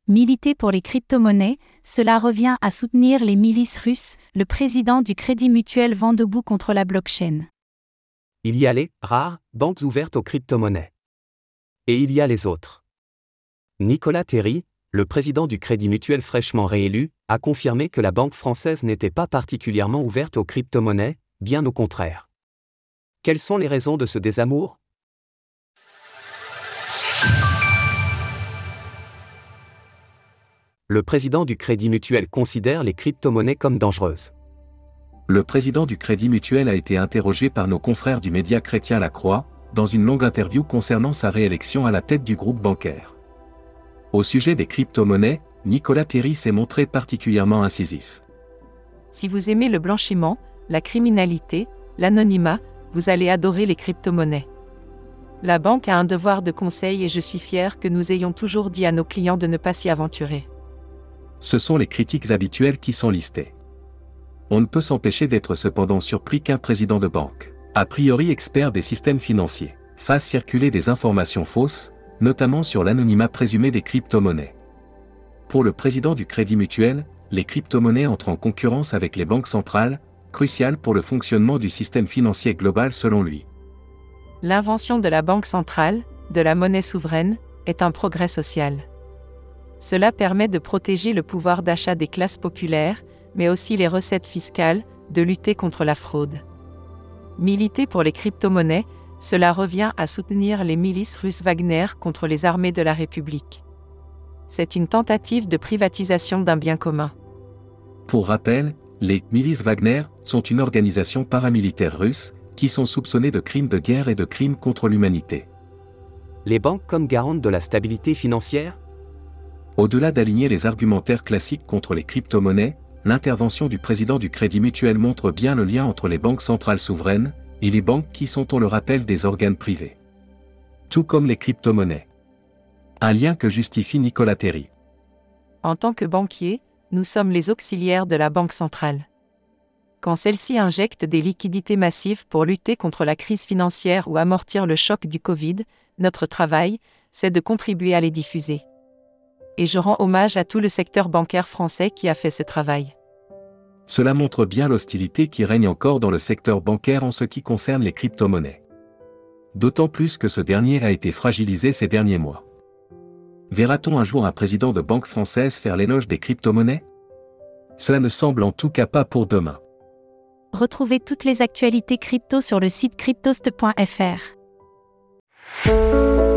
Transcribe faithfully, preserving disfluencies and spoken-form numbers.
Militer pour les crypto-monnaies, cela revient à soutenir les milices russes, le président du Crédit Mutuel vent debout contre la blockchain. Il y a les rares banques ouvertes aux crypto-monnaies. Et il y a les autres. Nicolas Terry, le président du Crédit Mutuel fraîchement réélu, a confirmé que la banque française n'était pas particulièrement ouverte aux crypto-monnaies, bien au contraire. Quelles sont les raisons de ce désamour ? Le président du Crédit Mutuel considère les crypto-monnaies comme dangereuses. Le président du Crédit Mutuel a été interrogé par nos confrères du média chrétien La Croix, dans une longue interview concernant sa réélection à la tête du groupe bancaire. Au sujet des crypto-monnaies, Nicolas Terry s'est montré particulièrement incisif. Si vous aimez le blanchiment, la criminalité, l'anonymat, vous allez adorer les crypto-monnaies. La banque a un devoir de conseil et je suis fier que nous ayons toujours dit à nos clients de ne pas s'y aventurer. Ce sont les critiques habituelles qui sont listées. On ne peut s'empêcher d'être cependant surpris qu'un président de banque, a priori expert des systèmes financiers, fasse circuler des informations fausses, notamment sur l'anonymat présumé des crypto-monnaies. Pour le président du Crédit Mutuel, les crypto-monnaies entrent en concurrence avec les banques centrales, cruciales pour le fonctionnement du système financier global selon lui. L'invention de la banque centrale, de la monnaie souveraine, est un progrès social. Cela permet de protéger le pouvoir d'achat des classes populaires, mais aussi les recettes fiscales, de lutter contre la fraude. Militer pour les crypto-monnaies, cela revient à soutenir les milices russes Wagner contre les armées de la République. C'est une tentative de privatisation d'un bien commun. Pour rappel, les milices Wagner sont une organisation paramilitaire russe qui sont soupçonnées de crimes de guerre et de crimes contre l'humanité. Les banques comme garantes de la stabilité financière ? Au-delà d'aligner les argumentaires classiques contre les crypto-monnaies, l'intervention du président du Crédit Mutuel montre bien le lien entre les banques centrales souveraines et les banques qui sont, on le rappelle, des organes privés. Tout comme les crypto-monnaies. Un lien que justifie Nicolas Terry. En tant que banquier, nous sommes les auxiliaires de la Banque centrale. Quand celle-ci injecte des liquidités massives pour lutter contre la crise financière ou amortir le choc du Covid, notre travail, c'est de contribuer à les diffuser. Et je rends hommage à tout le secteur bancaire français qui a fait ce travail. Cela montre bien l'hostilité qui règne encore dans le secteur bancaire en ce qui concerne les crypto-monnaies. D'autant plus que ce dernier a été fragilisé ces derniers mois. Verra-t-on un jour un président de banque française faire l'éloge des crypto-monnaies ? Cela ne semble en tout cas pas pour demain. Retrouvez toutes les actualités crypto sur le site cryptost point f r.